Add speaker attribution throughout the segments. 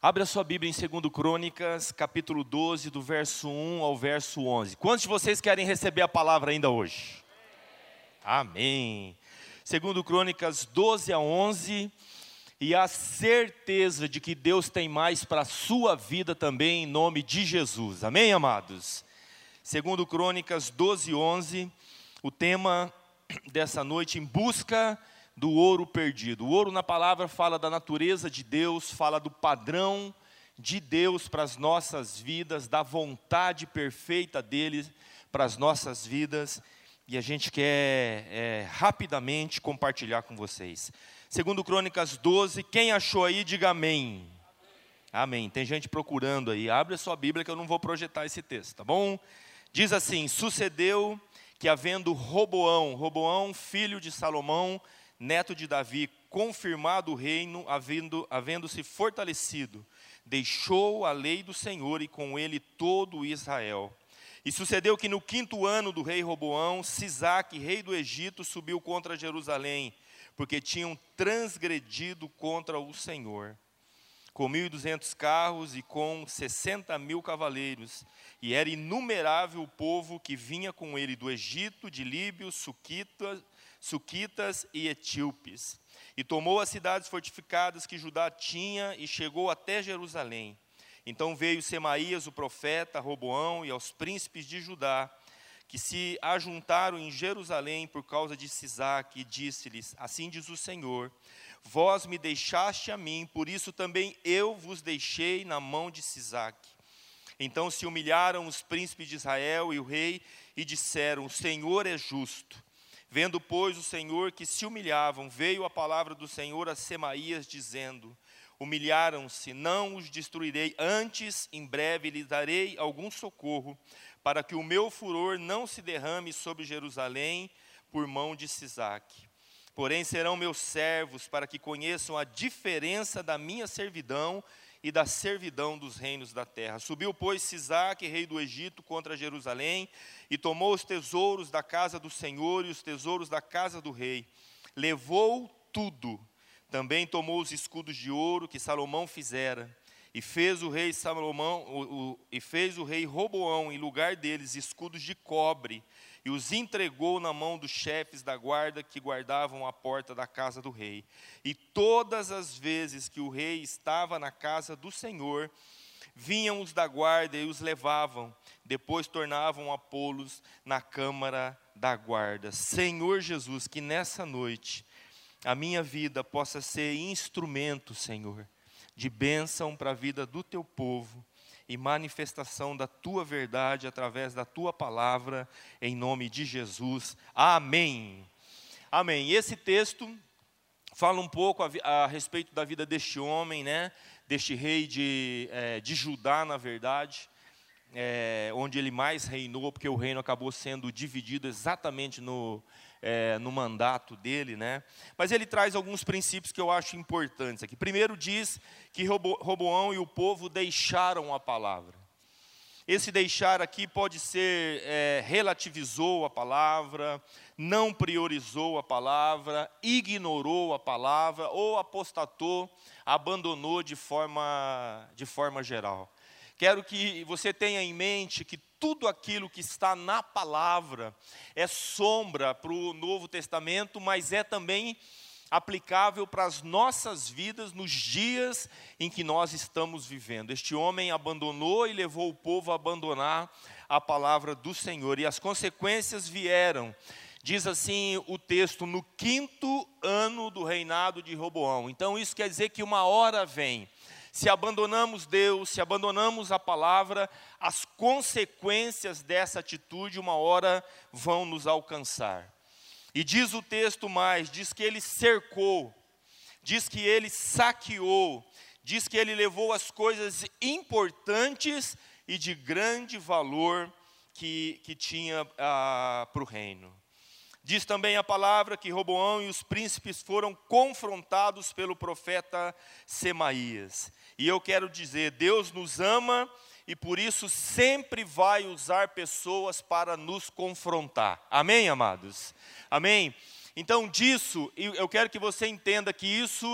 Speaker 1: Abre a sua Bíblia em 2 Crônicas, capítulo 12, do verso 1 ao verso 11. Quantos de vocês querem receber a palavra ainda hoje? Amém. 2 Crônicas 12 a 11, e a certeza de que Deus tem mais para a sua vida também, em nome de Jesus. Amém, amados? 2 Crônicas 12, 11, o tema dessa noite: em busca do ouro perdido. O ouro na palavra fala da natureza de Deus, fala do padrão de Deus para as nossas vidas, da vontade perfeita dele para as nossas vidas, e a gente quer rapidamente compartilhar com vocês. 2 Crônicas 12, quem achou aí, diga amém. Amém. Tem gente procurando aí, abre a sua Bíblia que eu não vou projetar esse texto, tá bom? Diz assim: sucedeu que havendo Roboão, filho de Salomão, neto de Davi, confirmado o reino, havendo-se fortalecido, deixou a lei do Senhor e com ele todo Israel. E sucedeu que no 5º ano do rei Roboão, Sisaque, rei do Egito, subiu contra Jerusalém, porque tinham transgredido contra o Senhor, com 1.200 carros e com 60.000 cavaleiros, e era inumerável o povo que vinha com ele do Egito, de líbios, suquitas e etíopes. E tomou as cidades fortificadas que Judá tinha e chegou até Jerusalém. Então veio Semaías o profeta, Roboão, e aos príncipes de Judá, que se ajuntaram em Jerusalém por causa de Sisaque, e disse-lhes: assim diz o Senhor, vós me deixaste a mim, por isso também eu vos deixei na mão de Sisaque. Então se humilharam os príncipes de Israel e o rei, e disseram: o Senhor é justo. Vendo, pois, o Senhor que se humilhavam, veio a palavra do Senhor a Semaías, dizendo: humilharam-se, não os destruirei, antes, em breve, lhes darei algum socorro, para que o meu furor não se derrame sobre Jerusalém por mão de Sisaque. Porém serão meus servos, para que conheçam a diferença da minha servidão e da servidão dos reinos da terra. Subiu, pois, Sisaque, rei do Egito, contra Jerusalém, e tomou os tesouros da casa do Senhor e os tesouros da casa do rei. Levou tudo. Também tomou os escudos de ouro que Salomão fizera, e fez o rei Roboão, em lugar deles, escudos de cobre, e os entregou na mão dos chefes da guarda que guardavam a porta da casa do rei. E todas as vezes que o rei estava na casa do Senhor, vinham os da guarda e os levavam, depois tornavam a pô-los na câmara da guarda. Senhor Jesus, que nessa noite a minha vida possa ser instrumento, Senhor, de bênção para a vida do teu povo e manifestação da tua verdade através da tua palavra, em nome de Jesus. Amém. Amém. Esse texto fala um pouco a respeito da vida deste homem, né? Deste rei de Judá, na verdade, onde ele mais reinou, porque o reino acabou sendo dividido exatamente no mandato dele, né? Mas ele traz alguns princípios que eu acho importantes aqui. Primeiro diz que Roboão e o povo deixaram a palavra. Esse deixar aqui pode ser relativizou a palavra, não priorizou a palavra, ignorou a palavra ou apostatou, abandonou de forma geral. Quero que você tenha em mente que tudo aquilo que está na palavra é sombra para o Novo Testamento, mas é também aplicável para as nossas vidas nos dias em que nós estamos vivendo. Este homem abandonou e levou o povo a abandonar a palavra do Senhor, e as consequências vieram. Diz assim o texto: no 5º ano do reinado de Roboão. Então isso quer dizer que uma hora vem. Se abandonamos Deus, se abandonamos a palavra, as consequências dessa atitude uma hora vão nos alcançar. E diz o texto mais, diz que ele cercou, diz que ele saqueou, diz que ele levou as coisas importantes e de grande valor que tinha para o reino. Diz também a palavra que Roboão e os príncipes foram confrontados pelo profeta Semaías. E eu quero dizer, Deus nos ama e por isso sempre vai usar pessoas para nos confrontar. Amém, amados? Amém? Então disso, eu quero que você entenda que isso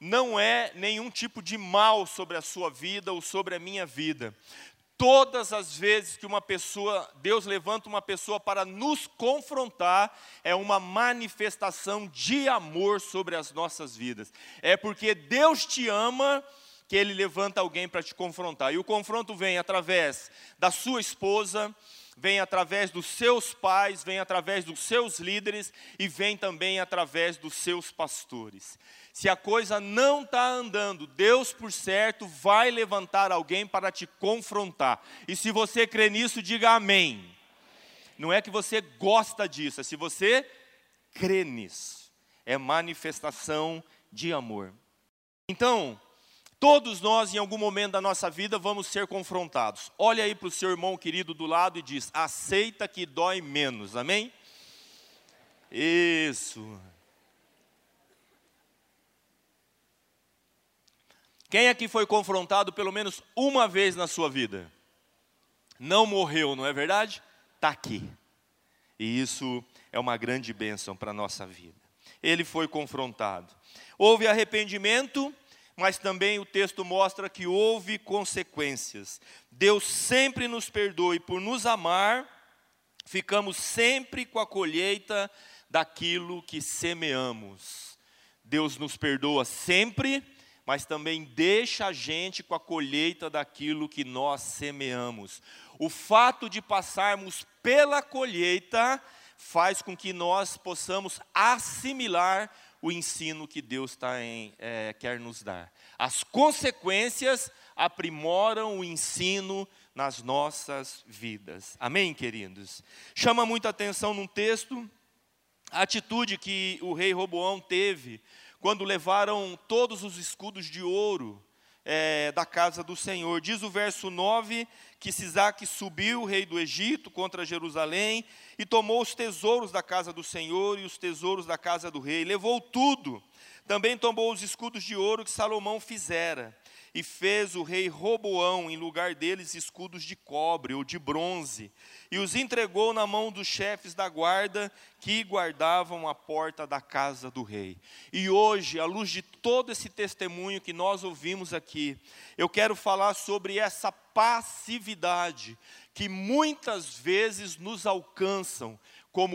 Speaker 1: não é nenhum tipo de mal sobre a sua vida ou sobre a minha vida. Todas as vezes que Deus levanta uma pessoa para nos confrontar, é uma manifestação de amor sobre as nossas vidas. É porque Deus te ama que Ele levanta alguém para te confrontar. E o confronto vem através da sua esposa, vem através dos seus pais, vem através dos seus líderes e vem também através dos seus pastores. Se a coisa não está andando, Deus, por certo, vai levantar alguém para te confrontar. E se você crê nisso, diga amém. Não é que você gosta disso, é se você crê nisso. É manifestação de amor. Então, todos nós, em algum momento da nossa vida, vamos ser confrontados. Olha aí para o seu irmão querido do lado e diz: aceita que dói menos, amém? Isso. Quem aqui foi confrontado pelo menos uma vez na sua vida? Não morreu, não é verdade? Está aqui. E isso é uma grande bênção para a nossa vida. Ele foi confrontado. Houve arrependimento, mas também o texto mostra que houve consequências. Deus sempre nos perdoa e por nos amar, ficamos sempre com a colheita daquilo que semeamos. Deus nos perdoa sempre, mas também deixa a gente com a colheita daquilo que nós semeamos. O fato de passarmos pela colheita faz com que nós possamos assimilar o ensino que Deus quer nos dar. As consequências aprimoram o ensino nas nossas vidas. Amém, queridos? Chama muita atenção num texto a atitude que o rei Roboão teve quando levaram todos os escudos de ouro da casa do Senhor. Diz o verso 9, que Sisaque subiu, o rei do Egito, contra Jerusalém, e tomou os tesouros da casa do Senhor e os tesouros da casa do rei. Levou tudo. Também tomou os escudos de ouro que Salomão fizera. E fez o rei Roboão, em lugar deles, escudos de cobre ou de bronze. E os entregou na mão dos chefes da guarda, que guardavam a porta da casa do rei. E hoje, à luz de todo esse testemunho que nós ouvimos aqui, eu quero falar sobre essa passividade que muitas vezes nos alcançam como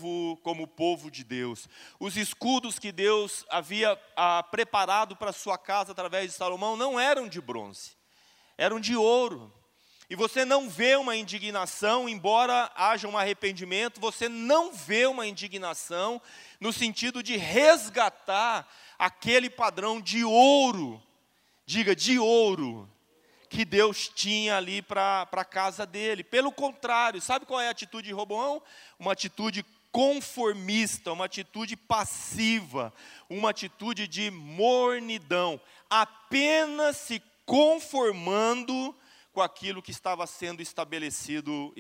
Speaker 1: povo de Deus. Os escudos que Deus havia preparado para a sua casa através de Salomão não eram de bronze, eram de ouro. E você não vê uma indignação, embora haja um arrependimento, você não vê uma indignação no sentido de resgatar aquele padrão de ouro, diga, de ouro, que Deus tinha ali para a casa dele. Pelo contrário, sabe qual é a atitude de Roboão? Uma atitude conformista, uma atitude passiva, uma atitude de mornidão, apenas se conformando com aquilo que estava sendo estabelecido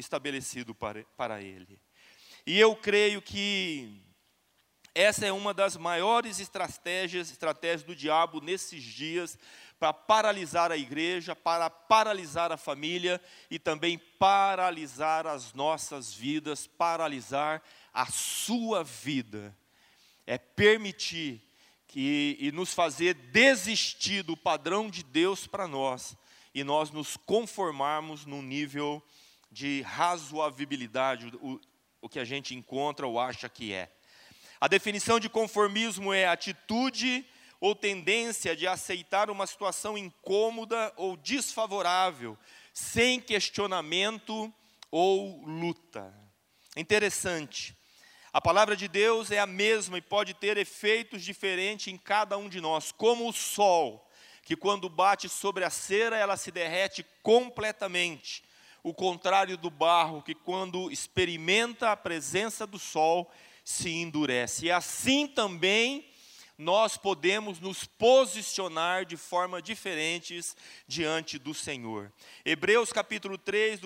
Speaker 1: para ele. E eu creio que essa é uma das maiores estratégias do diabo nesses dias, para paralisar a igreja, para paralisar a família e também paralisar as nossas vidas, paralisar a sua vida. É permitir e nos fazer desistir do padrão de Deus para nós e nós nos conformarmos num nível de razoabilidade, o que a gente encontra ou acha que é. A definição de conformismo é atitude ou tendência de aceitar uma situação incômoda ou desfavorável, sem questionamento ou luta. Interessante. A palavra de Deus é a mesma e pode ter efeitos diferentes em cada um de nós, como o sol, que quando bate sobre a cera, ela se derrete completamente. O contrário do barro, que quando experimenta a presença do sol, se endurece. E assim também nós podemos nos posicionar de forma diferentes diante do Senhor. Hebreus capítulo 3,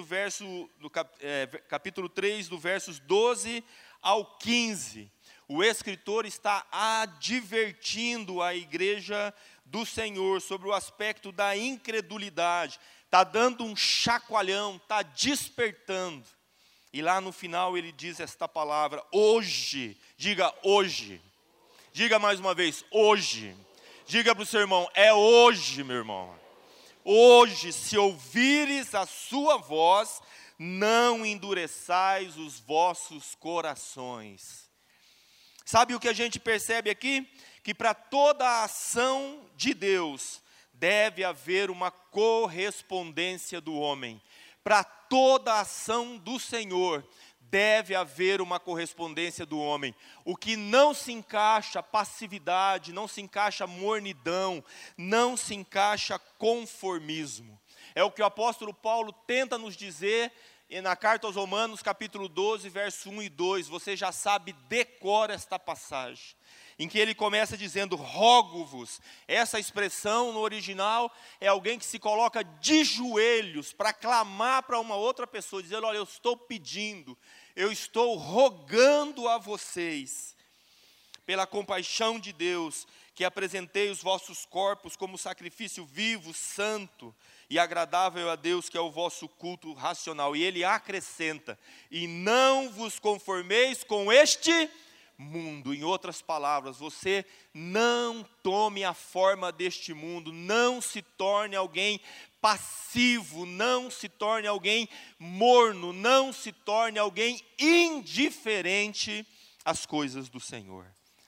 Speaker 1: capítulo 3, do versos 12 ao 15. O escritor está advertindo a igreja do Senhor sobre o aspecto da incredulidade. Está dando um chacoalhão, está despertando. E lá no final ele diz esta palavra, hoje, diga hoje. Diga mais uma vez, hoje. Diga para o seu irmão, é hoje, meu irmão. Hoje, se ouvires a sua voz, não endureçais os vossos corações. Sabe o que a gente percebe aqui? Que para toda a ação de Deus, deve haver uma correspondência do homem. Para toda a ação do Senhor, deve haver uma correspondência do homem. O que não se encaixa passividade, não se encaixa mornidão, não se encaixa conformismo. É o que o apóstolo Paulo tenta nos dizer na carta aos Romanos, capítulo 12, verso 1 e 2. Você já sabe, decora esta passagem, em que ele começa dizendo, rogo-vos. Essa expressão no original é alguém que se coloca de joelhos para clamar para uma outra pessoa, dizendo, olha, eu estou pedindo, eu estou rogando a vocês, pela compaixão de Deus, que apresentei os vossos corpos como sacrifício vivo, santo e agradável a Deus, que é o vosso culto racional. E ele acrescenta, e não vos conformeis com este mundo. Em outras palavras, você não tome a forma deste mundo, não se torne alguém passivo, não se torne alguém morno, não se torne alguém indiferente às coisas do Senhor.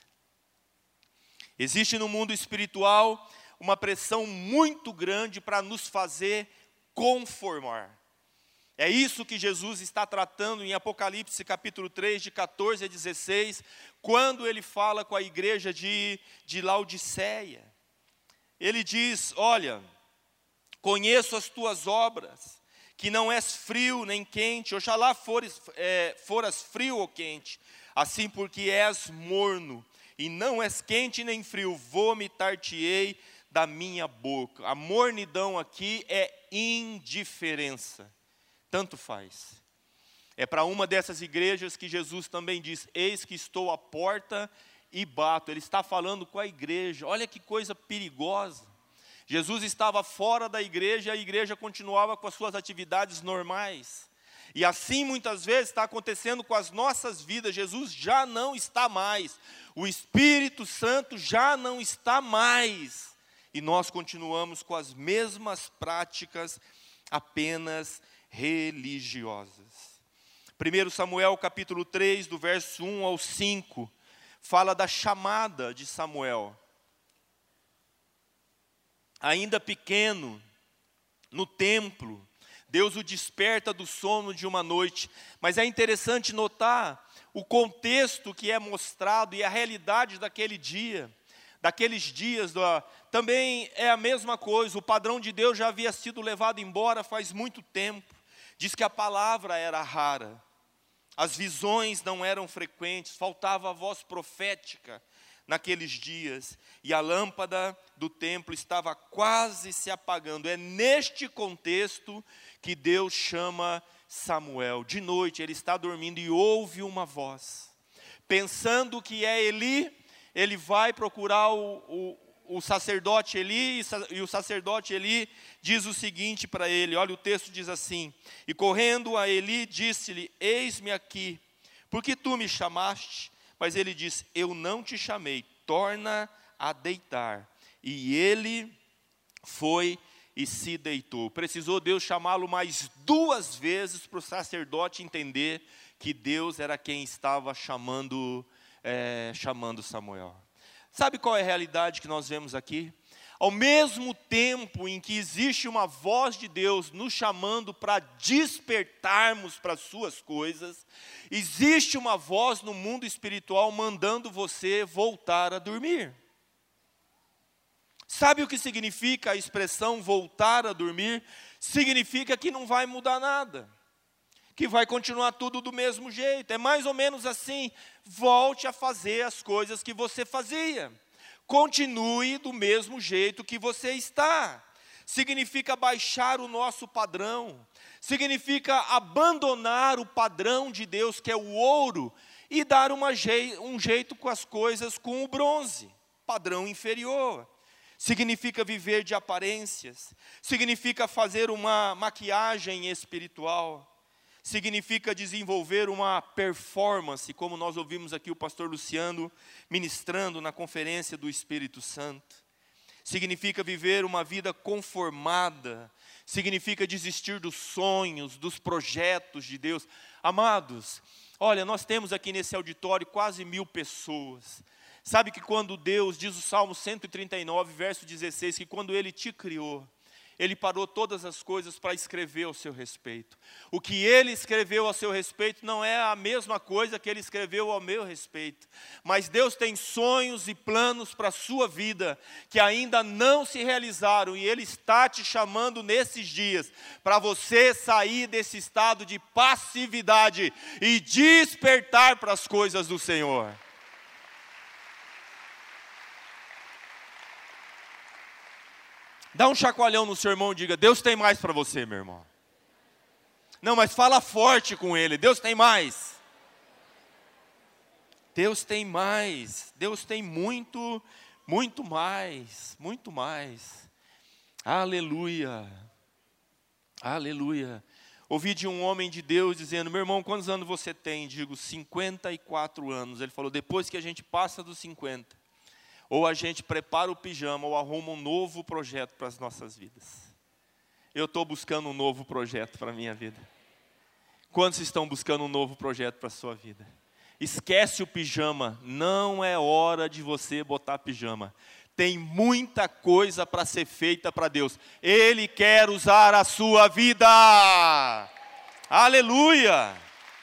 Speaker 1: Existe no mundo espiritual uma pressão muito grande para nos fazer conformar. É isso que Jesus está tratando em Apocalipse capítulo 3, de 14 a 16, quando ele fala com a igreja de Laodiceia. Ele diz, olha, conheço as tuas obras, que não és frio nem quente, oxalá foras frio ou quente, assim porque és morno, e não és quente nem frio, vomitar-te-ei da minha boca. A mornidão aqui é indiferença. Tanto faz. É para uma dessas igrejas que Jesus também diz, eis que estou à porta e bato. Ele está falando com a igreja. Olha que coisa perigosa. Jesus estava fora da igreja e a igreja continuava com as suas atividades normais. E assim muitas vezes está acontecendo com as nossas vidas. Jesus já não está mais. O Espírito Santo já não está mais. E nós continuamos com as mesmas práticas, apenas religiosas. 1 Samuel capítulo 3, do verso 1 ao 5, fala da chamada de Samuel. Ainda pequeno, no templo, Deus o desperta do sono de uma noite. Mas é interessante notar o contexto que é mostrado e a realidade daquele dia. Daqueles dias, também é a mesma coisa. O padrão de Deus já havia sido levado embora faz muito tempo. Diz que a palavra era rara, as visões não eram frequentes, faltava a voz profética naqueles dias, e a lâmpada do templo estava quase se apagando. É neste contexto que Deus chama Samuel. De noite ele está dormindo e ouve uma voz. Pensando que é Eli, ele vai procurar o sacerdote Eli, e o sacerdote Eli diz o seguinte para ele, olha, o texto diz assim, e correndo a Eli, disse-lhe, eis-me aqui, porque tu me chamaste? Mas ele disse, eu não te chamei, torna a deitar. E ele foi e se deitou. Precisou Deus chamá-lo mais 2 vezes para o sacerdote entender que Deus era quem estava chamando Samuel. Sabe qual é a realidade que nós vemos aqui? Ao mesmo tempo em que existe uma voz de Deus nos chamando para despertarmos para as suas coisas, existe uma voz no mundo espiritual mandando você voltar a dormir. Sabe o que significa a expressão voltar a dormir? Significa que não vai mudar nada, que vai continuar tudo do mesmo jeito. É mais ou menos assim, volte a fazer as coisas que você fazia. Continue do mesmo jeito que você está. Significa baixar o nosso padrão. Significa abandonar o padrão de Deus, que é o ouro, e dar um jeito com as coisas com o bronze, padrão inferior. Significa viver de aparências. Significa fazer uma maquiagem espiritual. Significa desenvolver uma performance, como nós ouvimos aqui o pastor Luciano ministrando na conferência do Espírito Santo. significa viver uma vida conformada, significa desistir dos sonhos, dos projetos de Deus. Amados, olha, nós temos aqui nesse auditório quase 1000 pessoas. Sabe que quando Deus, diz o Salmo 139, verso 16, que quando Ele te criou, Ele parou todas as coisas para escrever ao seu respeito. O que Ele escreveu ao seu respeito não é a mesma coisa que Ele escreveu ao meu respeito. Mas Deus tem sonhos e planos para a sua vida, que ainda não se realizaram. E Ele está te chamando nesses dias, para você sair desse estado de passividade e despertar para as coisas do Senhor. Dá um chacoalhão no seu irmão e diga: Deus tem mais para você, meu irmão. Não, mas fala forte com ele: Deus tem mais. Deus tem mais. Deus tem muito, muito mais. Muito mais. Aleluia. Aleluia. Ouvi de um homem de Deus dizendo: meu irmão, quantos anos você tem? Digo, 54 anos. Ele falou: depois que a gente passa dos 50, ou a gente prepara o pijama, ou arruma um novo projeto para as nossas vidas. Eu estou buscando um novo projeto para a minha vida. Quantos estão buscando um novo projeto para a sua vida? Esquece o pijama, não é hora de você botar pijama. Tem muita coisa para ser feita para Deus. Ele quer usar a sua vida. Aleluia!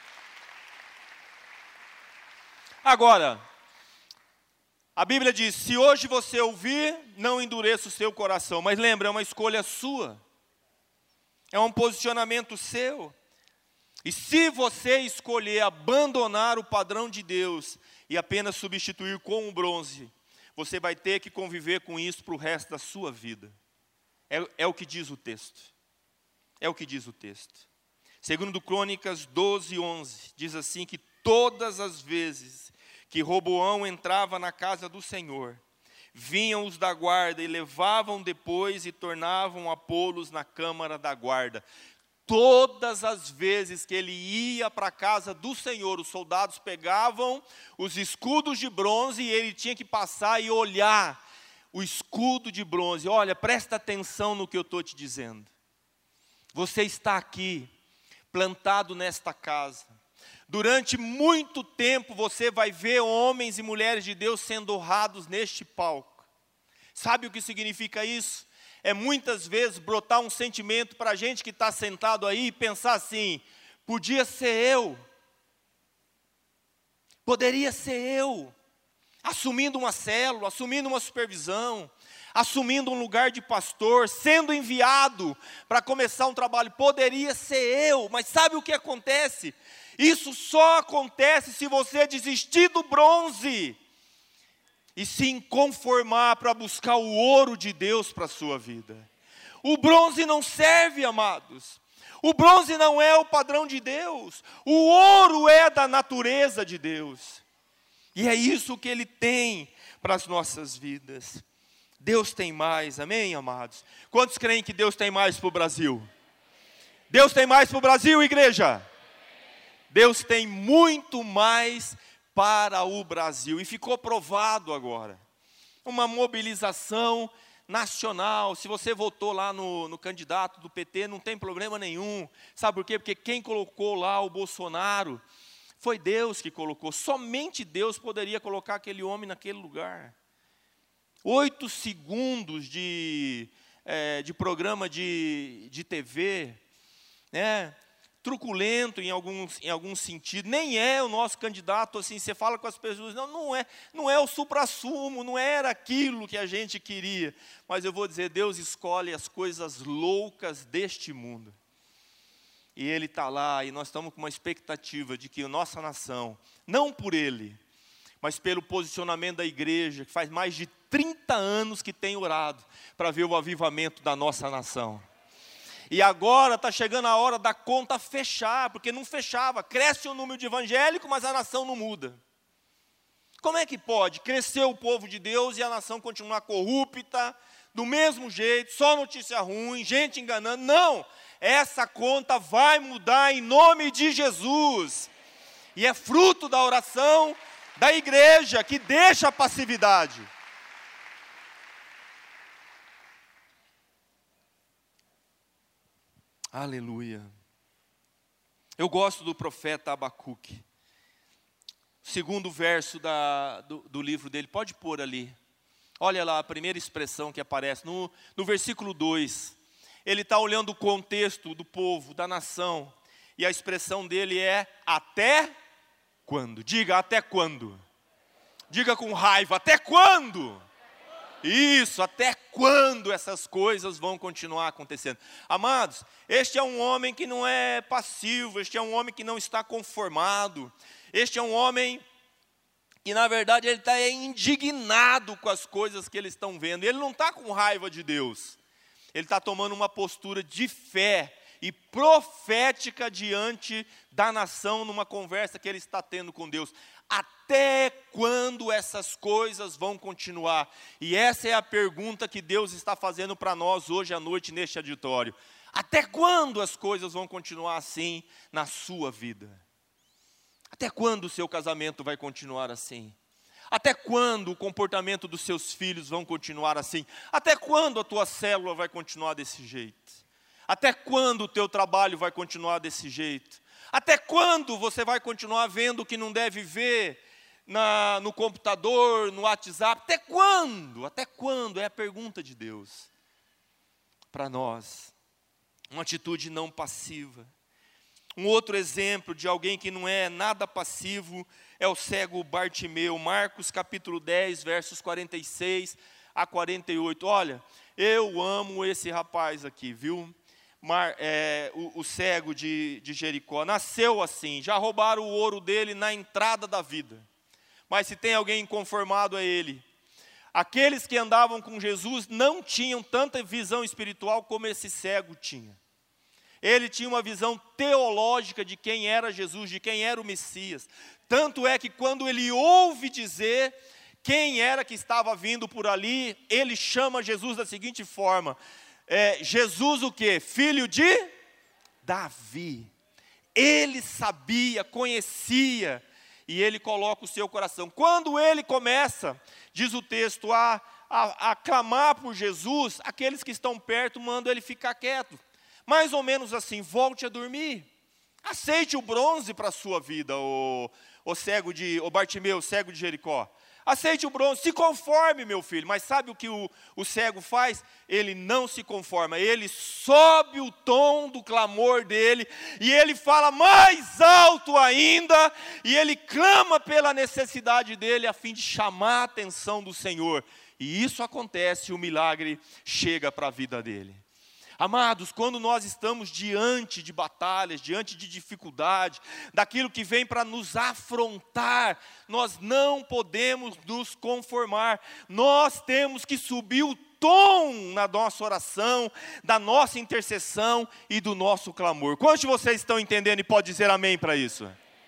Speaker 1: Agora, a Bíblia diz: se hoje você ouvir, não endureça o seu coração. Mas lembra, é uma escolha sua. É um posicionamento seu. E se você escolher abandonar o padrão de Deus e apenas substituir com o bronze, você vai ter que conviver com isso para o resto da sua vida. É o que diz o texto. É o que diz o texto. Segundo Crônicas 12:11, diz assim que todas as vezes que Roboão entrava na casa do Senhor, vinham os da guarda e levavam depois e tornavam a pô-los na câmara da guarda. Todas as vezes que ele ia para a casa do Senhor, os soldados pegavam os escudos de bronze e ele tinha que passar e olhar o escudo de bronze. Olha, presta atenção no que eu estou te dizendo. Você está aqui, plantado nesta casa. Durante muito tempo você vai ver homens e mulheres de Deus sendo honrados neste palco. Sabe o que significa isso? É muitas vezes brotar um sentimento para a gente que está sentado aí e pensar assim: podia ser eu. Poderia ser eu. Assumindo uma célula, assumindo uma supervisão, assumindo um lugar de pastor, sendo enviado para começar um trabalho. Poderia ser eu, mas sabe o que acontece? Isso só acontece se você desistir do bronze e se conformar para buscar o ouro de Deus para a sua vida. O bronze não serve, amados. O bronze não é o padrão de Deus. O ouro é da natureza de Deus. E é isso que Ele tem para as nossas vidas. Deus tem mais, amém, amados? Quantos creem que Deus tem mais para o Brasil? Deus tem mais para o Brasil, igreja? Deus tem muito mais para o Brasil. E ficou provado agora. Uma mobilização nacional. Se você votou lá no candidato do PT, não tem problema nenhum. Sabe por quê? Porque quem colocou lá o Bolsonaro foi Deus que colocou. Somente Deus poderia colocar aquele homem naquele lugar. 8 segundos de programa de TV, né? Truculento em algum sentido. Nem é o nosso candidato assim. Você fala com as pessoas: não é o suprassumo, não era aquilo que a gente queria. Mas eu vou dizer, Deus escolhe as coisas loucas deste mundo. E Ele está lá, e nós estamos com uma expectativa de que a nossa nação, não por Ele, mas pelo posicionamento da igreja, que faz mais de 30 anos que tem orado para ver o avivamento da nossa nação. E agora está chegando a hora da conta fechar, porque não fechava. Cresce o número de evangélicos, mas a nação não muda. Como é que pode crescer o povo de Deus e a nação continuar corrupta, do mesmo jeito, só notícia ruim, gente enganando? Não, essa conta vai mudar em nome de Jesus. E é fruto da oração da igreja que deixa a passividade. Aleluia. Eu gosto do profeta Abacuque. Segundo verso do livro dele, pode pôr ali. Olha lá a primeira expressão que aparece no versículo 2. Ele está olhando o contexto do povo, da nação. E a expressão dele é: até quando? Diga, até quando? Diga com raiva, até quando? Isso, até quando essas coisas vão continuar acontecendo? Amados, este é um homem que não é passivo, este é um homem que não está conformado, este é um homem que na verdade ele está indignado com as coisas que eles estão vendo. Ele não está com raiva de Deus, ele está tomando uma postura de fé e profética diante da nação, numa conversa que ele está tendo com Deus. Até quando essas coisas vão continuar? E essa é a pergunta que Deus está fazendo para nós hoje à noite neste auditório. Até quando as coisas vão continuar assim na sua vida? Até quando o seu casamento vai continuar assim? Até quando o comportamento dos seus filhos vão continuar assim? Até quando a tua célula vai continuar desse jeito? Até quando o teu trabalho vai continuar desse jeito? Até quando você vai continuar vendo o que não deve ver no computador, no WhatsApp? Até quando? Até quando? É a pergunta de Deus para nós. Uma atitude não passiva. Um outro exemplo de alguém que não é nada passivo é o cego Bartimeu. Marcos capítulo 10, versos 46 a 48. Olha, eu amo esse rapaz aqui, viu? O cego de Jericó, nasceu assim, já roubaram o ouro dele na entrada da vida, mas se tem alguém inconformado é ele. Aqueles que andavam com Jesus não tinham tanta visão espiritual como esse cego tinha. Ele tinha uma visão teológica de quem era Jesus, de quem era o Messias, tanto é que quando ele ouve dizer quem era que estava vindo por ali, ele chama Jesus da seguinte forma: Jesus o quê? Filho de Davi. Ele sabia, conhecia, e ele coloca o seu coração. Quando ele começa, diz o texto, a clamar por Jesus, aqueles que estão perto mandam ele ficar quieto. Mais ou menos assim: volte a dormir. Aceite o bronze para a sua vida, o Bartimeu, cego de Jericó. Aceite o bronze, se conforme, meu filho. Mas sabe o que o cego faz? Ele não se conforma, ele sobe o tom do clamor dele, e ele fala mais alto ainda, e ele clama pela necessidade dele, a fim de chamar a atenção do Senhor. E isso acontece, o milagre chega para a vida dele. Amados, quando nós estamos diante de batalhas, diante de dificuldade, daquilo que vem para nos afrontar, nós não podemos nos conformar. Nós temos que subir o tom na nossa oração, da nossa intercessão e do nosso clamor. Quantos de vocês estão entendendo e pode dizer amém para isso?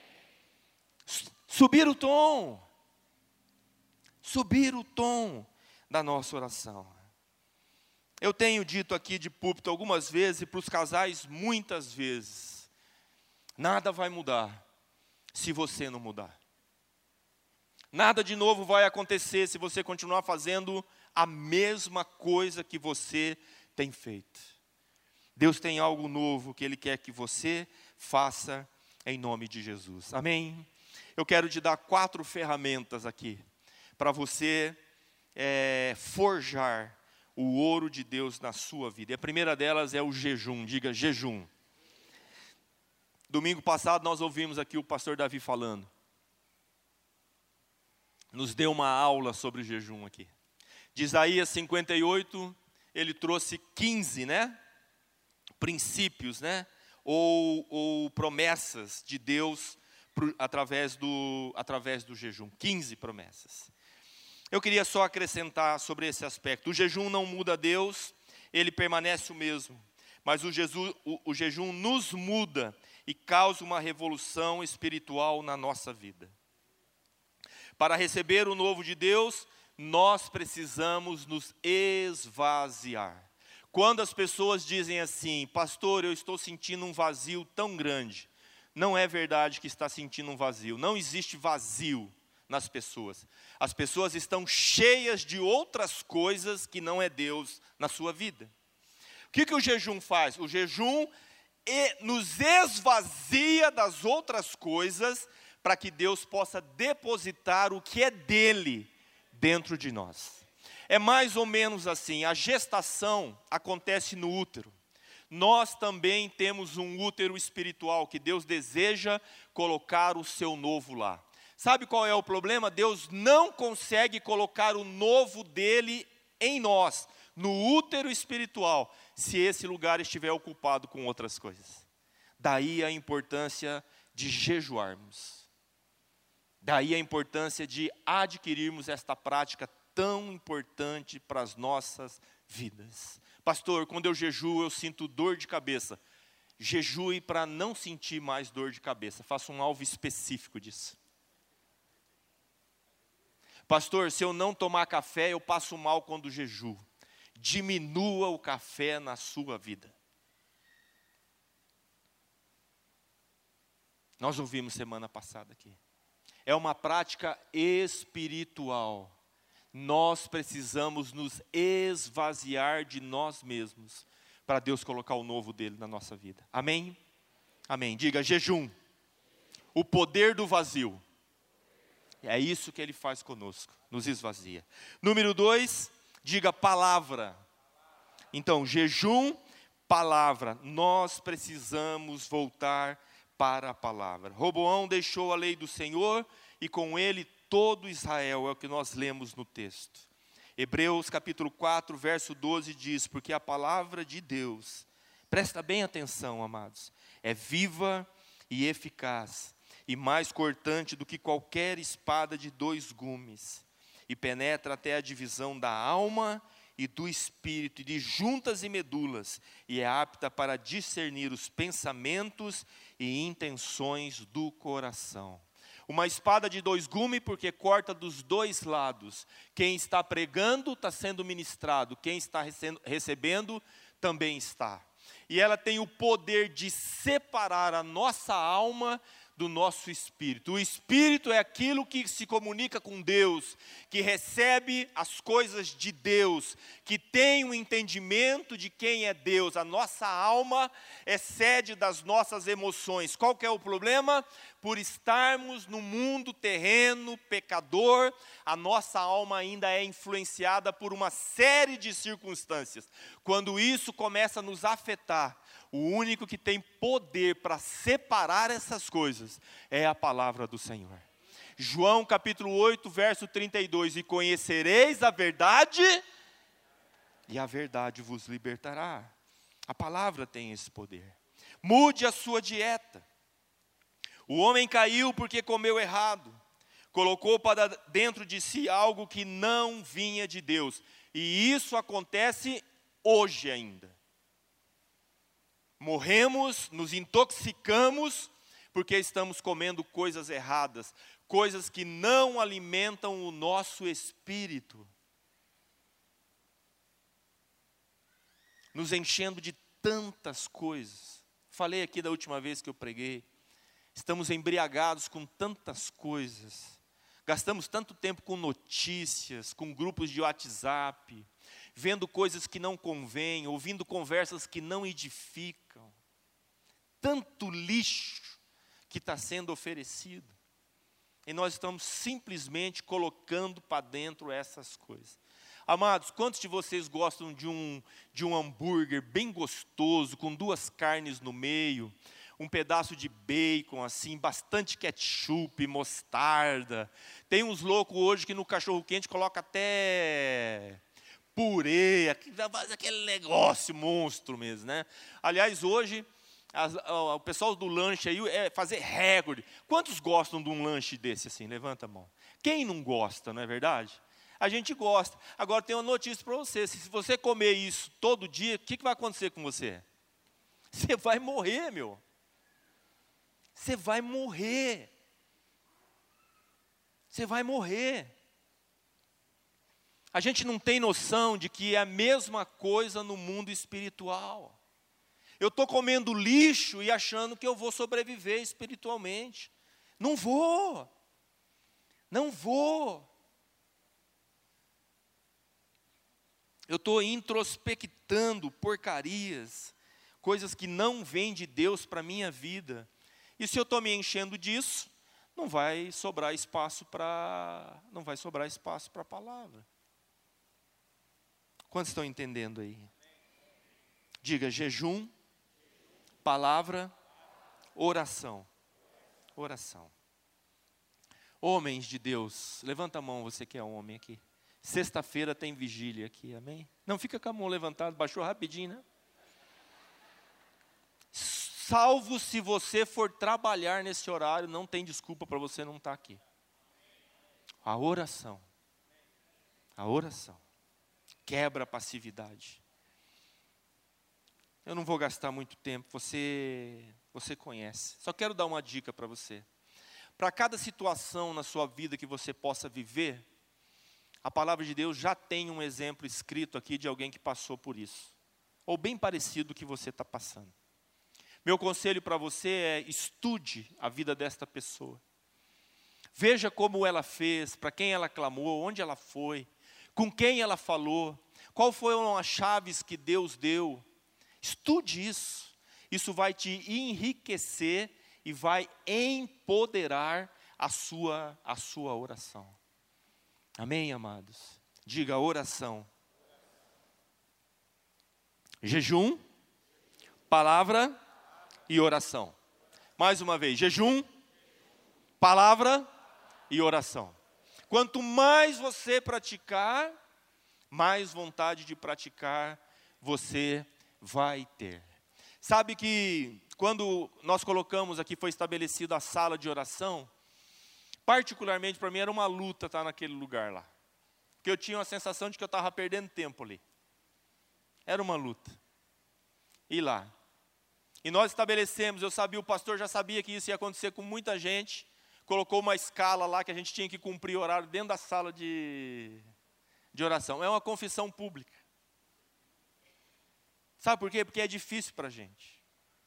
Speaker 1: Subir o tom. Subir o tom da nossa oração. Eu tenho dito aqui de púlpito algumas vezes, e para os casais muitas vezes: nada vai mudar se você não mudar. Nada de novo vai acontecer se você continuar fazendo a mesma coisa que você tem feito. Deus tem algo novo que Ele quer que você faça em nome de Jesus. Amém? Eu quero te dar 4 ferramentas aqui para você forjar o ouro de Deus na sua vida. E a primeira delas é o jejum. Diga jejum. Domingo passado nós ouvimos aqui o pastor Davi falando. Nos deu uma aula sobre o jejum aqui. De Isaías 58, ele trouxe 15, princípios, ou promessas de Deus através do jejum. 15 promessas. Eu queria só acrescentar sobre esse aspecto. O jejum não muda Deus, ele permanece o mesmo. Mas o jejum nos muda e causa uma revolução espiritual na nossa vida. Para receber o novo de Deus, nós precisamos nos esvaziar. Quando as pessoas dizem assim: pastor, eu estou sentindo um vazio tão grande. Não é verdade que está sentindo um vazio. Não existe vazio nas pessoas. As pessoas estão cheias de outras coisas que não é Deus na sua vida. O que o jejum faz? O jejum nos esvazia das outras coisas, para que Deus possa depositar o que é dele dentro de nós. É mais ou menos assim, a gestação acontece no útero. Nós também temos um útero espiritual que Deus deseja colocar o seu novo lá. Sabe qual é o problema? Deus não consegue colocar o novo dele em nós, no útero espiritual, se esse lugar estiver ocupado com outras coisas. Daí a importância de jejuarmos. Daí a importância de adquirirmos esta prática tão importante para as nossas vidas. Pastor, quando eu jejuo, eu sinto dor de cabeça. Jejue para não sentir mais dor de cabeça. Faça um alvo específico disso. Pastor, se eu não tomar café, eu passo mal quando jejuo. Diminua o café na sua vida. Nós ouvimos semana passada aqui. É uma prática espiritual. Nós precisamos nos esvaziar de nós mesmos para Deus colocar o novo dele na nossa vida. Amém? Amém. Diga jejum. O poder do vazio. É isso que ele faz conosco, nos esvazia. Número 2, diga palavra. Então, jejum, palavra. Nós precisamos voltar para a palavra. Roboão deixou a lei do Senhor e com ele todo Israel, é o que nós lemos no texto. Hebreus capítulo 4, verso 12 diz, porque a palavra de Deus, presta bem atenção, amados, é viva e eficaz, e mais cortante do que qualquer espada de 2 gumes, e penetra até a divisão da alma e do espírito, e de juntas e medulas, e é apta para discernir os pensamentos e intenções do coração. Uma espada de 2 gumes, porque corta dos 2 lados. Quem está pregando está sendo ministrado, quem está recebendo também está. E ela tem o poder de separar a nossa alma do nosso espírito. O espírito é aquilo que se comunica com Deus, que recebe as coisas de Deus, que tem um entendimento de quem é Deus. A nossa alma é sede das nossas emoções. Qual que é o problema? Por estarmos no mundo terreno, pecador, a nossa alma ainda é influenciada por uma série de circunstâncias. Quando isso começa a nos afetar, o único que tem poder para separar essas coisas é a palavra do Senhor. João capítulo 8, verso 32, e conhecereis a verdade, e a verdade vos libertará. A palavra tem esse poder. Mude a sua dieta. O homem caiu porque comeu errado, colocou para dentro de si algo que não vinha de Deus, e isso acontece hoje ainda. Morremos, nos intoxicamos, porque estamos comendo coisas erradas, coisas que não alimentam o nosso espírito, nos enchendo de tantas coisas. Falei aqui da última vez que eu preguei, estamos embriagados com tantas coisas, gastamos tanto tempo com notícias, com grupos de WhatsApp, vendo coisas que não convêm, ouvindo conversas que não edificam, tanto lixo que está sendo oferecido, e nós estamos simplesmente colocando para dentro essas coisas. Amados, quantos de vocês gostam de um hambúrguer bem gostoso, com 2 carnes no meio, um pedaço de bacon, assim, bastante ketchup, mostarda? Tem uns loucos hoje que no cachorro-quente coloca até purê, aquele negócio monstro mesmo, né? Aliás, hoje, o pessoal do lanche aí é fazer recorde. Quantos gostam de um lanche desse assim? Levanta a mão. Quem não gosta, não é verdade? A gente gosta. Agora tem uma notícia para você. Se você comer isso todo dia, o que vai acontecer com você? Você vai morrer, meu. Você vai morrer. Você vai morrer. A gente não tem noção de que é a mesma coisa no mundo espiritual. Eu estou comendo lixo e achando que eu vou sobreviver espiritualmente. Não vou. Não vou. Eu estou introspectando porcarias, coisas que não vêm de Deus para a minha vida. E se eu estou me enchendo disso, não vai sobrar espaço para a palavra. Quantos estão entendendo aí? Diga: jejum, palavra, oração. Oração. Homens de Deus, levanta a mão, você que é homem aqui. Sexta-feira tem vigília aqui, amém? Não fica com a mão levantada, baixou rapidinho, né? Salvo se você for trabalhar nesse horário, não tem desculpa para você não estar aqui. A oração quebra a passividade. Eu não vou gastar muito tempo, você conhece. Só quero dar uma dica para você. Para cada situação na sua vida que você possa viver, a palavra de Deus já tem um exemplo escrito aqui de alguém que passou por isso, ou bem parecido com o que você está passando. Meu conselho para você é: estude a vida desta pessoa. Veja como ela fez, para quem ela clamou, onde ela foi, com quem ela falou, qual foram as chaves que Deus deu. Estude isso. Isso vai te enriquecer e vai empoderar a sua oração. Amém, amados? Diga: oração. Jejum, palavra e oração. Mais uma vez: jejum, palavra e oração. Quanto mais você praticar, mais vontade de praticar você vai ter. Sabe que quando nós colocamos aqui, foi estabelecida a sala de oração, particularmente para mim era uma luta estar naquele lugar lá. Porque eu tinha a sensação de que eu estava perdendo tempo ali. Era uma luta. Ir lá. E nós estabelecemos, o pastor já sabia que isso ia acontecer com muita gente, colocou uma escala lá que a gente tinha que cumprir horário dentro da sala de oração. É uma confissão pública. Sabe por quê? Porque é difícil para a gente.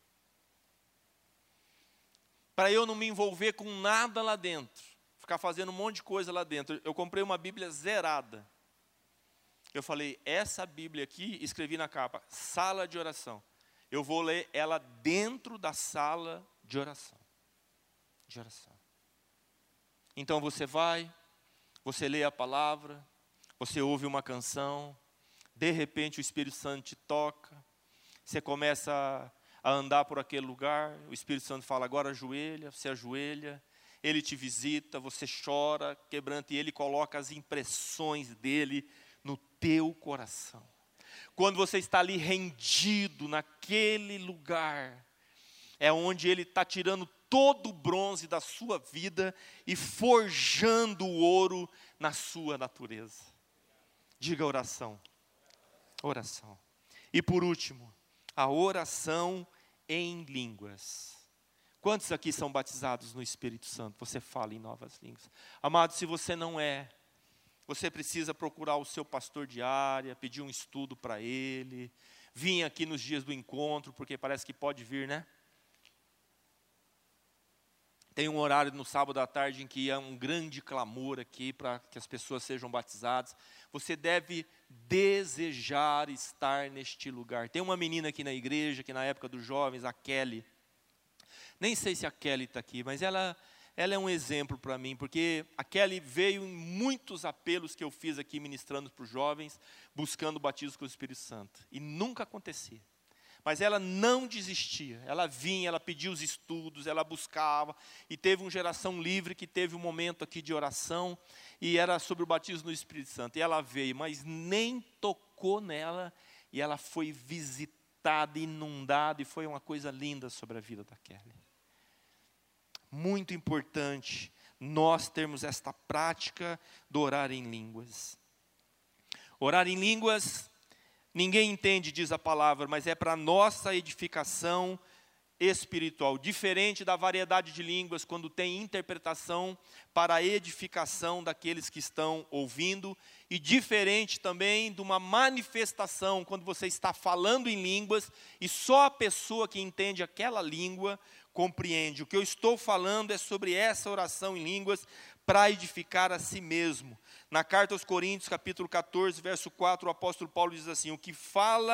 Speaker 1: Para eu não me envolver com nada lá dentro, ficar fazendo um monte de coisa lá dentro. Eu comprei uma Bíblia zerada. Eu falei: essa Bíblia aqui, escrevi na capa, sala de oração. Eu vou ler ela dentro da sala de oração. De oração. Então você vai, você lê a palavra, você ouve uma canção, de repente o Espírito Santo te toca, você começa a andar por aquele lugar, o Espírito Santo fala: agora ajoelha, você ajoelha, ele te visita, você chora, quebranta, e ele coloca as impressões dele no teu coração. Quando você está ali rendido naquele lugar, é onde ele está tirando todo o bronze da sua vida e forjando o ouro na sua natureza. Diga: oração. Oração. E por último, a oração em línguas. Quantos aqui são batizados no Espírito Santo? Você fala em novas línguas. Amado, se você não é, você precisa procurar o seu pastor de área, pedir um estudo para ele, vir aqui nos dias do encontro, porque parece que pode vir, né? Tem um horário no sábado à tarde em que há um grande clamor aqui para que as pessoas sejam batizadas. Você deve desejar estar neste lugar. Tem uma menina aqui na igreja, que na época dos jovens, a Kelly. Nem sei se a Kelly está aqui, mas ela é um exemplo para mim, porque a Kelly veio em muitos apelos que eu fiz aqui ministrando para os jovens, buscando o batismo com o Espírito Santo. E nunca acontecia. Mas ela não desistia, ela vinha, ela pedia os estudos, ela buscava, e teve uma geração livre que teve um momento aqui de oração, e era sobre o batismo no Espírito Santo, e ela veio, mas nem tocou nela, e ela foi visitada, inundada, e foi uma coisa linda sobre a vida da Kelly. Muito importante nós termos esta prática do orar em línguas. Orar em línguas, ninguém entende, diz a palavra, mas é para nossa edificação espiritual. Diferente da variedade de línguas, quando tem interpretação para a edificação daqueles que estão ouvindo. E diferente também de uma manifestação, quando você está falando em línguas e só a pessoa que entende aquela língua compreende. O que eu estou falando é sobre essa oração em línguas para edificar a si mesmo. Na carta aos Coríntios, capítulo 14, verso 4, o apóstolo Paulo diz assim: o que fala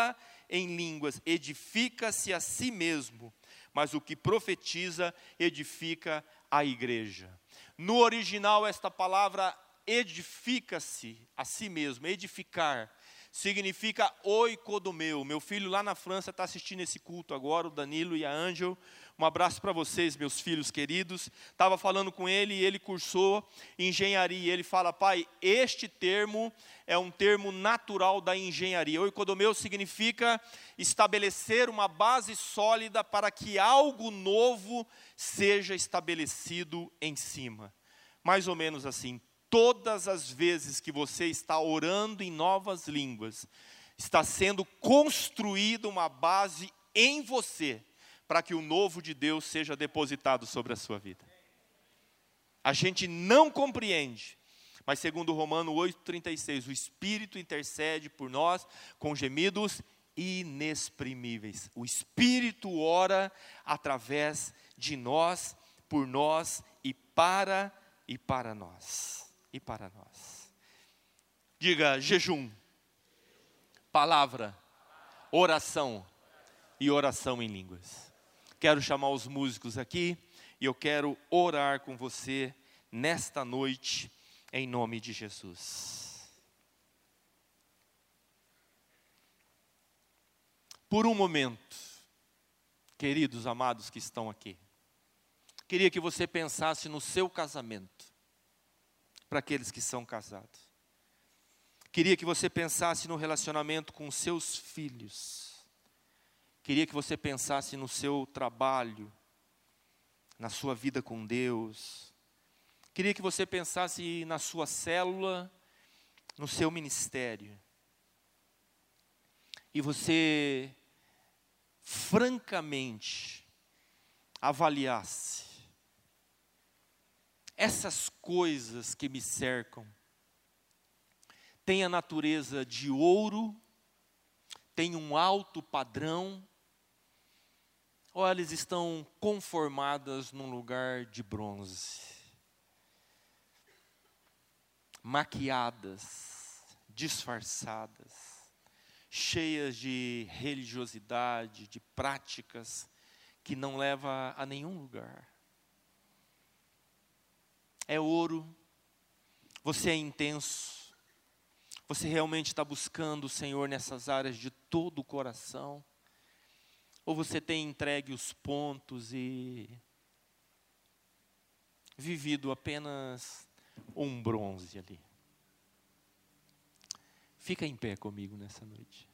Speaker 1: em línguas edifica-se a si mesmo, mas o que profetiza edifica a igreja. No original, esta palavra edifica-se a si mesmo, edificar, significa oikodomeu. Meu filho lá na França está assistindo esse culto agora, o Danilo e a Ângel. Um abraço para vocês, meus filhos queridos. Estava falando com ele e ele cursou engenharia. Ele fala: pai, este termo é um termo natural da engenharia. Oikodomeu significa estabelecer uma base sólida para que algo novo seja estabelecido em cima. Mais ou menos assim. Todas as vezes que você está orando em novas línguas, está sendo construída uma base em você, para que o novo de Deus seja depositado sobre a sua vida. A gente não compreende, mas segundo Romanos 8,36, o Espírito intercede por nós com gemidos inexprimíveis. O Espírito ora através de nós, por nós e para nós. E para nós. Diga: jejum, palavra, oração e oração em línguas. Quero chamar os músicos aqui e eu quero orar com você nesta noite, em nome de Jesus. Por um momento, queridos amados que estão aqui, queria que você pensasse no seu casamento. Para aqueles que são casados. Queria que você pensasse no relacionamento com os seus filhos. Queria que você pensasse no seu trabalho, na sua vida com Deus. Queria que você pensasse na sua célula, no seu ministério. E você, francamente, avaliasse essas coisas que me cercam. Tem a natureza de ouro, tem um alto padrão, ou elas estão conformadas num lugar de bronze, maquiadas, disfarçadas, cheias de religiosidade, de práticas que não levam a nenhum lugar. É ouro, você é intenso, você realmente está buscando o Senhor nessas áreas de todo o coração, ou você tem entregue os pontos e vivido apenas um bronze ali? Fica em pé comigo nessa noite.